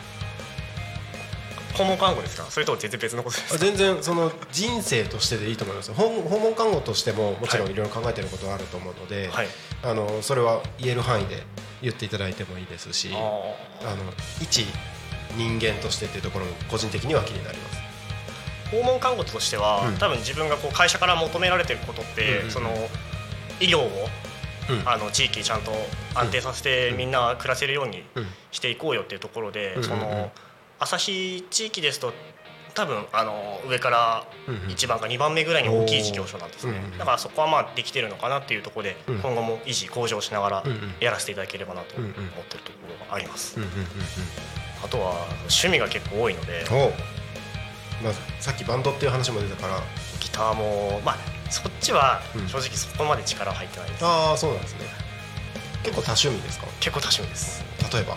訪問看護ですか？それとも全然別のことですか？ 全然その人生としてでいいと思いますよ。訪問看護としてももちろんいろいろ考えてることはあると思うので、はい、それは言える範囲で言っていただいてもいいですし、一人間としてっていうところも個人的には気になります。 訪問看護としては、多分自分がこう会社から求められてることって、その医療を地域ちゃんと安定させてみんな暮らせるようにしていこうよっていうところで、その旭地域ですと多分上から1番か2番目ぐらいに大きい事業所なんですね。だからそこはまあできてるのかなっていうところで、今後も維持向上しながらやらせていただければなと思ってるところがあります。あとは趣味が結構多いので、 さっきバンドっていう話も出たから、 ギターもまあそっちは正直そこまで力は入ってないです。 そうなんですね。結構多趣味ですか？ 結構多趣味です。 例えば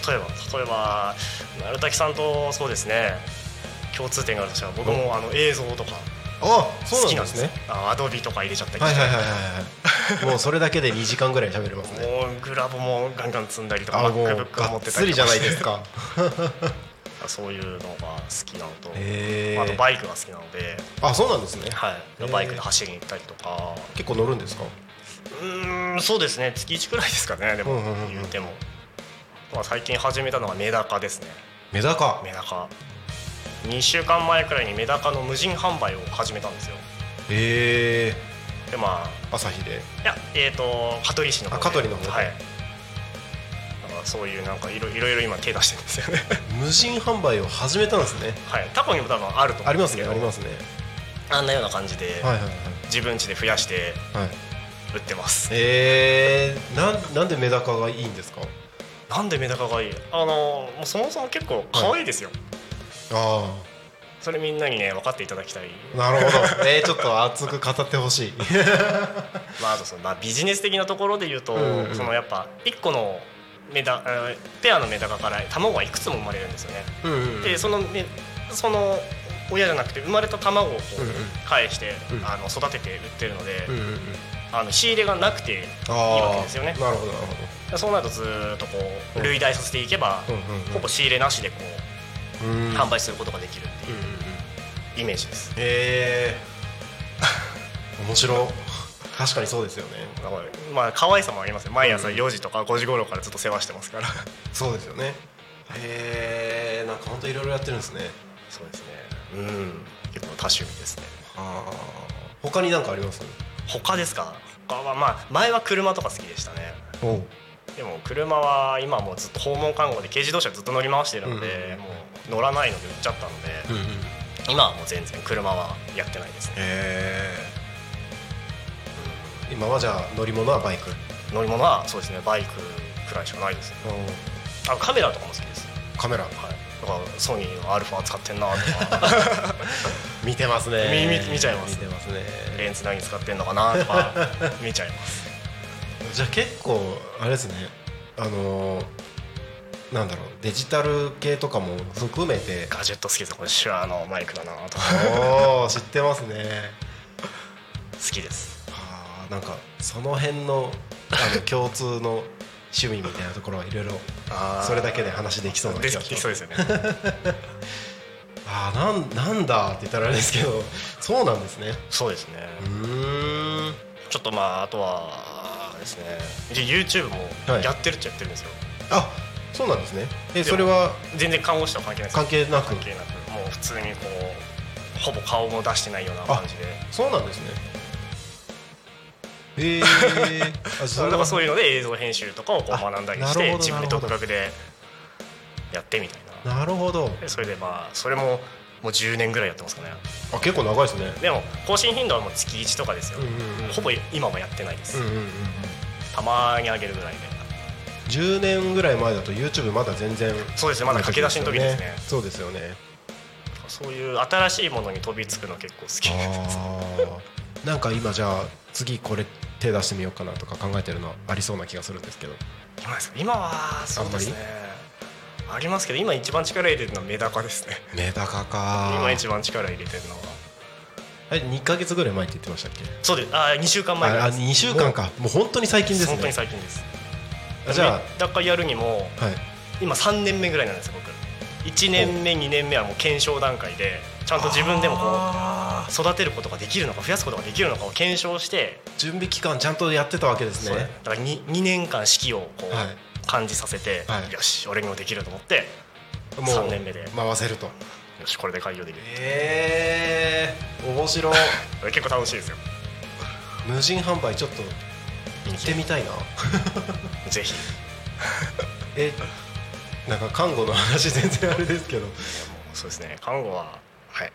鳴滝さんとそうですね、共通点があるとしたら僕も映像とか好きなんですね。アドビとか入れちゃったりして、もうそれだけで2時間ぐらい喋れますね。 もうグラボもガンガン積んだりとか MacBook を持ってたりとかがっつりじゃないですか。 そういうのが好きなのと、あとバイクが好きなので。 そうなんですね。 はい、バイクで走りに行ったりとか。 結構乗るんですか？ そうですね、月1くらいですかね。でも言うても、最近始めたのはメダカですね。 メダカ 2週間前くらいにメダカの無人販売を始めたんですよ。で旭で、 いや香取市の方で。 香取の方で、はい、 そういうなんかいろいろ今手出してるんですよね。 無人販売を始めたんですね。 はい、タコにも多分あると思うんですけど。 ありますね。 あんなような感じで自分家で増やして売ってます。 なんでメダカがいいんですか？ なんでメダカがいい？もうそもそも結構可愛いですよ。それみんなにね分かっていただきたい。 なるほど。ちょっと熱く語ってほしい。 あとビジネス的なところで言うと、そのやっぱ1個のペアのメダカから卵がいくつも生まれるんですよね。でその親じゃなくて生まれた卵を返して育てて売ってるので、仕入れがなくていいわけですよね。 なるほど。 そうなるとずっとこう類推させていけば、ほぼ仕入れなしでこう販売することができるっていうイメージです。 面白い。確かにそうですよね。 可愛さもありますよ。毎朝4時とか5時頃からずっと世話してますから。 そうですよね。なんか本当いろいろやってるんですね。 そうですね。結構多趣味ですね。 他に何かあります？ 他ですか？他は前は車とか好きでしたね。でも車は今もうずっと訪問看護で軽自動車ずっと乗り回してるので、もう乗らないので売っちゃったので、今はもう全然車はやってないですね。今はじゃあ乗り物はバイク？ 乗り物はそうですね、バイク、 くらいしかないですね。カメラとかも好きです。 カメラ、 はい、だからソニーの α 使ってんなとか見てますね。 見ちゃいます。 見てますね。 レンズ何使ってんのかなとか見ちゃいます。 じゃあ結構あれですね、なんだろう、デジタル系とかも含めてガジェット好きです。これ手話のマイクだなとかお知ってますね。 好きです。 なんかその辺の共通の趣味みたいなところはいろいろそれだけで話できそうな気がします。 できそうですよねなんだって言ったらあれですけど、そうなんですね。 そうですね。ちょっとあとはですね、YouTube もやってるっちゃやってるんですよ。 そうなんですね。それは全然看護師とは関係ないです。 関係なくもう普通にこうほぼ顔も出してないような感じで。 そうなんですね。 だからそういうので映像編集とかをこう学んだりして自分で独学でやってみたいな。 なるほど。 それでそれもう10年ぐらいやってますかね。 結構長いですね。 でも更新頻度はもう月1とかですよ。ほぼ今はやってないです。たまに上げるぐらいで。 10年ぐらい前だと YouTube まだ全然。 そうですね、まだ駆け出しの時ですね。 そうですよね。 そういう新しいものに飛びつくの結構好きです。 なんか今じゃあ次これ手出してみようかなとか考えてるのありそうな気がするんですけど。 今はそうですね、ありますけど、今一番力入れてるのはメダカですね。 メダカか。 今一番力入れてるのは 2ヶ月ぐらい前って言ってましたっけ。 そうです。2週間前ぐらいです。 2週間か。もう本当に最近ですね。 本当に最近です。 じゃあメダカやるにも、今3年目ぐらいなんですよ。僕1年目2年目はもう検証段階でちゃんと自分でもこう育てることができるのか増やすことができるのかを検証して準備期間ちゃんとやってたわけですね。 だから 2年間四季をこう感じさせて、よし俺にもできると思って3年目で回せると。 よしこれで開業できる。 面白い結構楽しいですよ。 無人販売ちょっと行ってみたいなぜひなんか看護の話全然あれですけど。 そうですね、看護は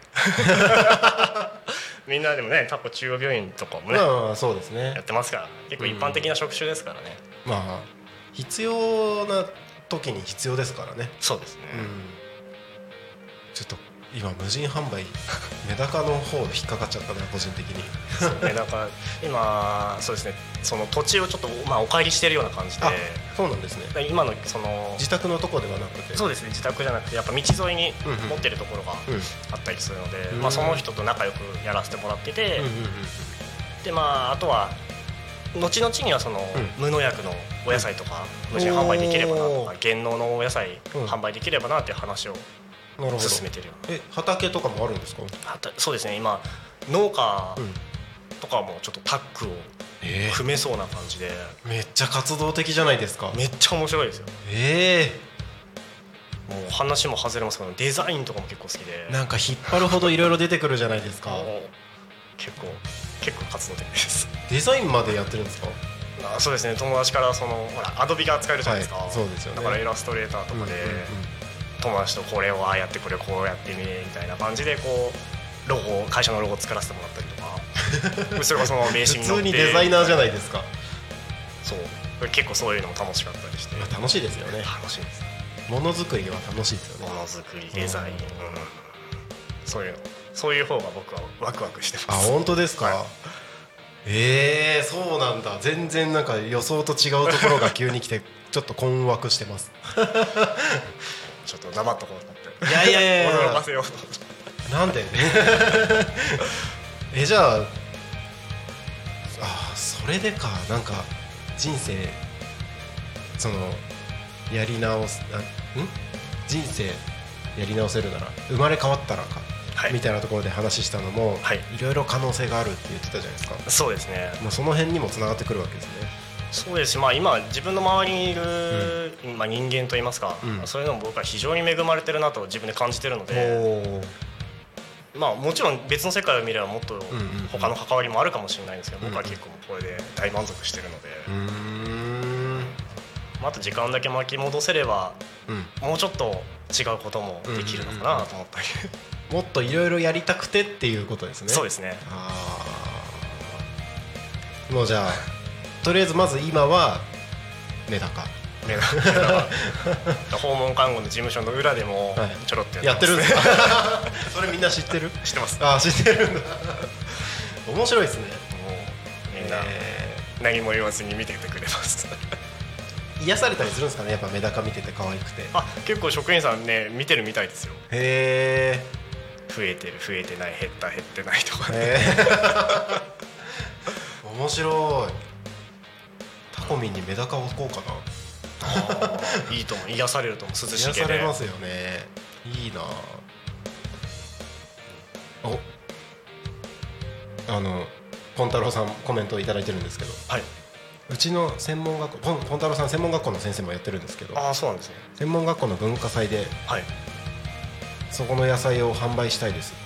みんなでもね、タコ中央病院とかもね、 そうですね、 やってますから、結構一般的な職種ですからね。 必要な時に必要ですからね。 そうですね。 ちょっと今無人販売メダカの方引っかかっちゃったね、個人的に。 メダカ今そうですね、その土地をちょっとお借りしてるような感じで。 そうなんですね。 今のその自宅のところではなくて。そうですね、自宅じゃなくてやっぱ道沿いに持ってるところがあったりするので、その人と仲良くやらせてもらってて、であとは後々にはその無農薬のお野菜とか無人販売できればなとか、減農のお野菜販売できればなっていう話を進めてるよ。 畑とかもあるんですか？ そうですね、今農家とかもちょっとタッグを組めそうな感じで、 めっちゃ活動的じゃないですか。 めっちゃ面白いですよ。もう話も外れますけど、デザインとかも結構好きで、 なんか引っ張るほどいろいろ出てくるじゃないですか。 結構活動的です。 デザインまでやってるんですか？ そうですね、友達からほらアドビが使えるじゃないですか。 そうですよね。 だからイラストレーターとかで友達とこれをやってこれをこうやってみみたいな感じでこう会社のロゴを作らせてもらったりとかそれがその名刺に載って、普通にデザイナーじゃないですか。 そう結構そういうのも楽しかったりして。 楽しいですよね。 楽しいです。 ものづくりは楽しいですよね。 ものづくり、デザイン、そういう方が僕はワクワクしてます。 本当ですか？そうなんだ。全然なんか予想と違うところが急に来てちょっと困惑してますちょっと黙っとこうと思って。 いや驚かせようと思って。 なんでじゃあそれでか。なんか人生そのやり直す人生やり直せるなら生まれ変わったらか、みたいなところで話したのも、いろいろ可能性があるって言ってたじゃないですか。 そうですね。 もうその辺にもつながってくるわけですね。 そうですし、今自分の周りにいる、人間といいますか、そういうのも僕は非常に恵まれてるなと自分で感じてるので、もちろん別の世界を見ればもっと他の関わりもあるかもしれないんですけど、僕は結構これで大満足してるので、あと時間だけ巻き戻せれば、もうちょっと違うこともできるのかなと思ったり、 もっといろいろやりたくてっていうことですね。 そうですね。 もうじゃあとりあえずまず今はメダカ訪問看護の事務所の裏でもちょろっとやってるんですかそれみんな知ってる？ 知ってます。 知ってるんだ面白いですね。 みんな何も言わずに見ててくれます癒されたりするんですかね、やっぱメダカ見てて可愛くて。 結構職員さんね見てるみたいですよ。 へー、増えてる増えてない減った減ってないとか面白い。タコミンにメダカを置こうかな。いいと思う。癒されると思う。涼しげで癒されますよね。いいな。ポンタロウさんコメントをいただいてるんですけど、 はい、 うちの専門学校、ポンタロウさん専門学校の先生もやってるんですけど、 そうなんですね。 専門学校の文化祭で、はい、そこの野菜を販売したいですって。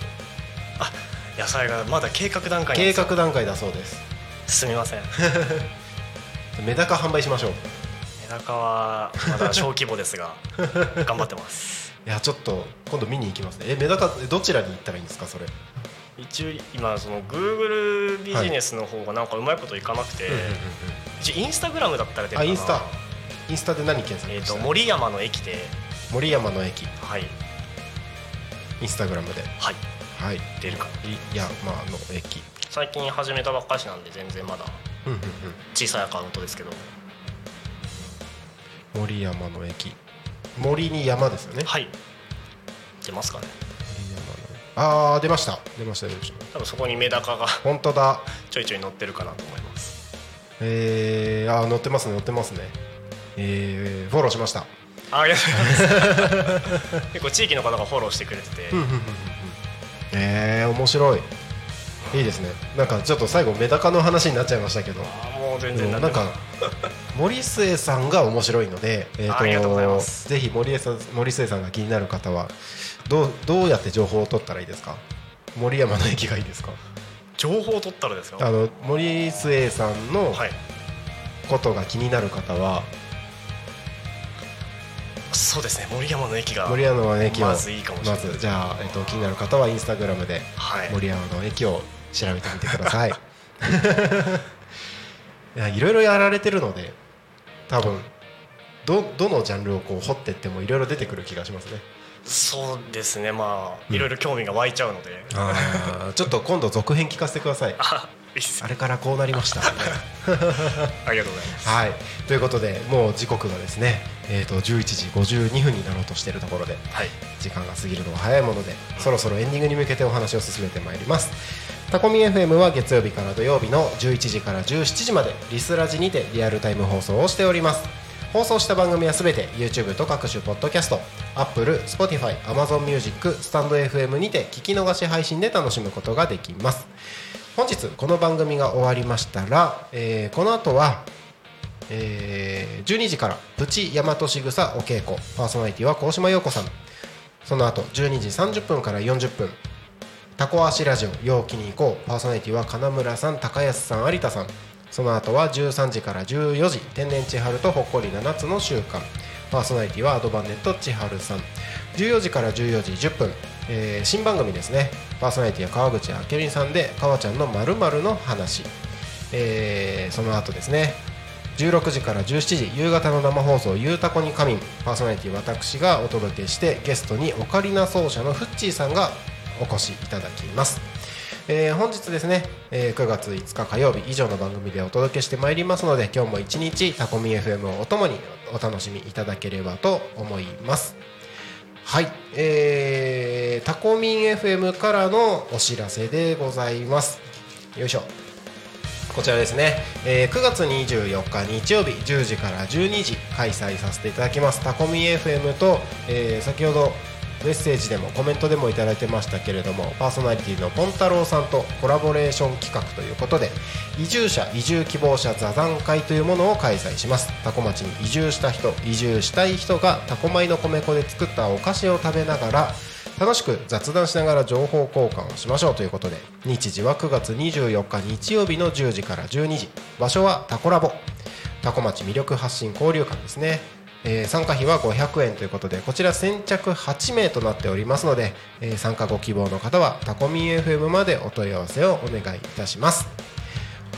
野菜がまだ計画段階。 計画段階だそうです。 すみませんメダカ販売しましょう。 メダカはまだ小規模ですが頑張ってますいやちょっと今度見に行きますね。メダカどちらに行ったらいいんですか？それ一応今その Google ビジネスの方がなんかうまいこといかなくて、一応インスタグラムだったら出るかな。 インスタで何検索した？ 森山の駅で。 森山の駅、 はい、 インスタグラムで、 はい、 はい、 出るかな。 山の駅、 最近始めたばっかしなんで全然まだ小さいアカウントですけど。 森山の駅、森に山ですよね。 はい、出ますかね。 出ました多分そこにメダカが本当だちょいちょい乗ってるかなと思います。 乗ってますね。フォローしました。 ありがとうございます結構地域の方がフォローしてくれてて面白い。いいですね。なんかちょっと最後メダカの話になっちゃいましたけど、 もう全然なんか森末さんが面白いので、 ありがとうございます。 ぜひ森末さんが気になる方はどうやって情報を取ったらいいですか？森山の駅がいいですか？ 情報を取ったらですか？ 森末さんのことが気になる方は、 そうですね、森山の駅がまずいいかもしれない。 まずじゃあ、気になる方はインスタグラムで森山の駅を調べてみてくださいいろいろやられてるので、多分どのジャンルをこう掘っていってもいろいろ出てくる気がしますね。 そうですね、いろいろ興味が湧いちゃうので、 ちょっと今度続編聞かせてください。あれからこうなりましたありがとうございます。 はい、ということでもう時刻がですね、11時52分になろうとしているところで、時間が過ぎるのが早いもので、そろそろエンディングに向けてお話を進めてまいります。タコミ FM は月曜日から土曜日の11時から17時までリスラジにてリアルタイム放送をしております。放送した番組はすべて YouTube と各種ポッドキャスト、Apple、Spotify、Amazon Music、スタンド FM にて聞き逃し配信で楽しむことができます。本日この番組が終わりましたら、この後は、12時からプチ大和しぐさお稽古、パーソナリティは鴻島陽子さん。その後12時30分から40分タコ足ラジオ陽気に行こう、パーソナリティは金村さん、高安さん、有田さん。その後は13時から14時天然千春とほっこり7つの習慣、パーソナリティはアドバンネット千春さん。14時から14時10分、新番組ですね。パーソナリティは川口明美さんで川ちゃんの〇〇の話、その後ですね16時から17時夕方の生放送ゆうたこに仮眠、パーソナリティ私がお届けしてゲストにオカリナ奏者のフッチーさんがお越しいただきます。本日ですね、9月5日火曜日以上の番組でお届けしてまいりますので、今日も一日タコミ FM をおともにお楽しみいただければと思います。はい、タコミン FM からのお知らせでございます。よいしょ、こちらですね、9月24日日曜日10時から12時開催させていただきますタコミン FM と、先ほどメッセージでもコメントでもいただいてましたけれども、パーソナリティのポンタロウさんとコラボレーション企画ということで、移住者移住希望者座談会というものを開催します。タコ町に移住した人、移住したい人がタコ米の米粉で作ったお菓子を食べながら楽しく雑談しながら情報交換をしましょうということで、日時は9月24日日曜日の10時から12時、場所はタコラボ、タコ町魅力発信交流館ですね。参加費は500円ということで、こちら先着8名となっておりますので、参加ご希望の方はタコミン FM までお問い合わせをお願いいたします。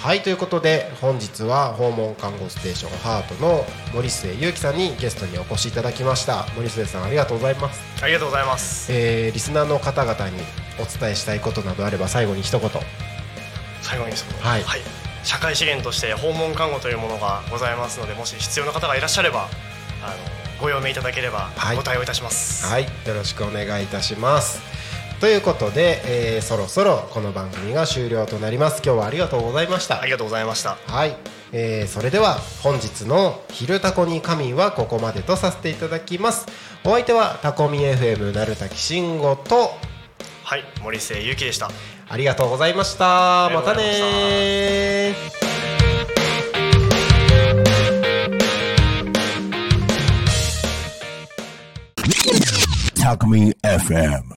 はい、ということで本日は訪問看護ステーションハートの森末裕樹さんにゲストにお越しいただきました。森末さん、ありがとうございます。 ありがとうございます。 リスナーの方々にお伝えしたいことなどあれば最後に一言。 最後に一言、 はい、 社会資源として訪問看護というものがございますので、もし必要な方がいらっしゃればご用命いただければご対応いたします。 はい、よろしくお願いいたします。ということで、そろそろこの番組が終了となります。今日はありがとうございました。 ありがとうございました。 はい、それでは本日の昼タコに仮眠はここまでとさせていただきます。お相手はタコミ FM なるたきしんごと、 はい、森末ゆうきでした。 ありがとうございました。またね。タコミ FM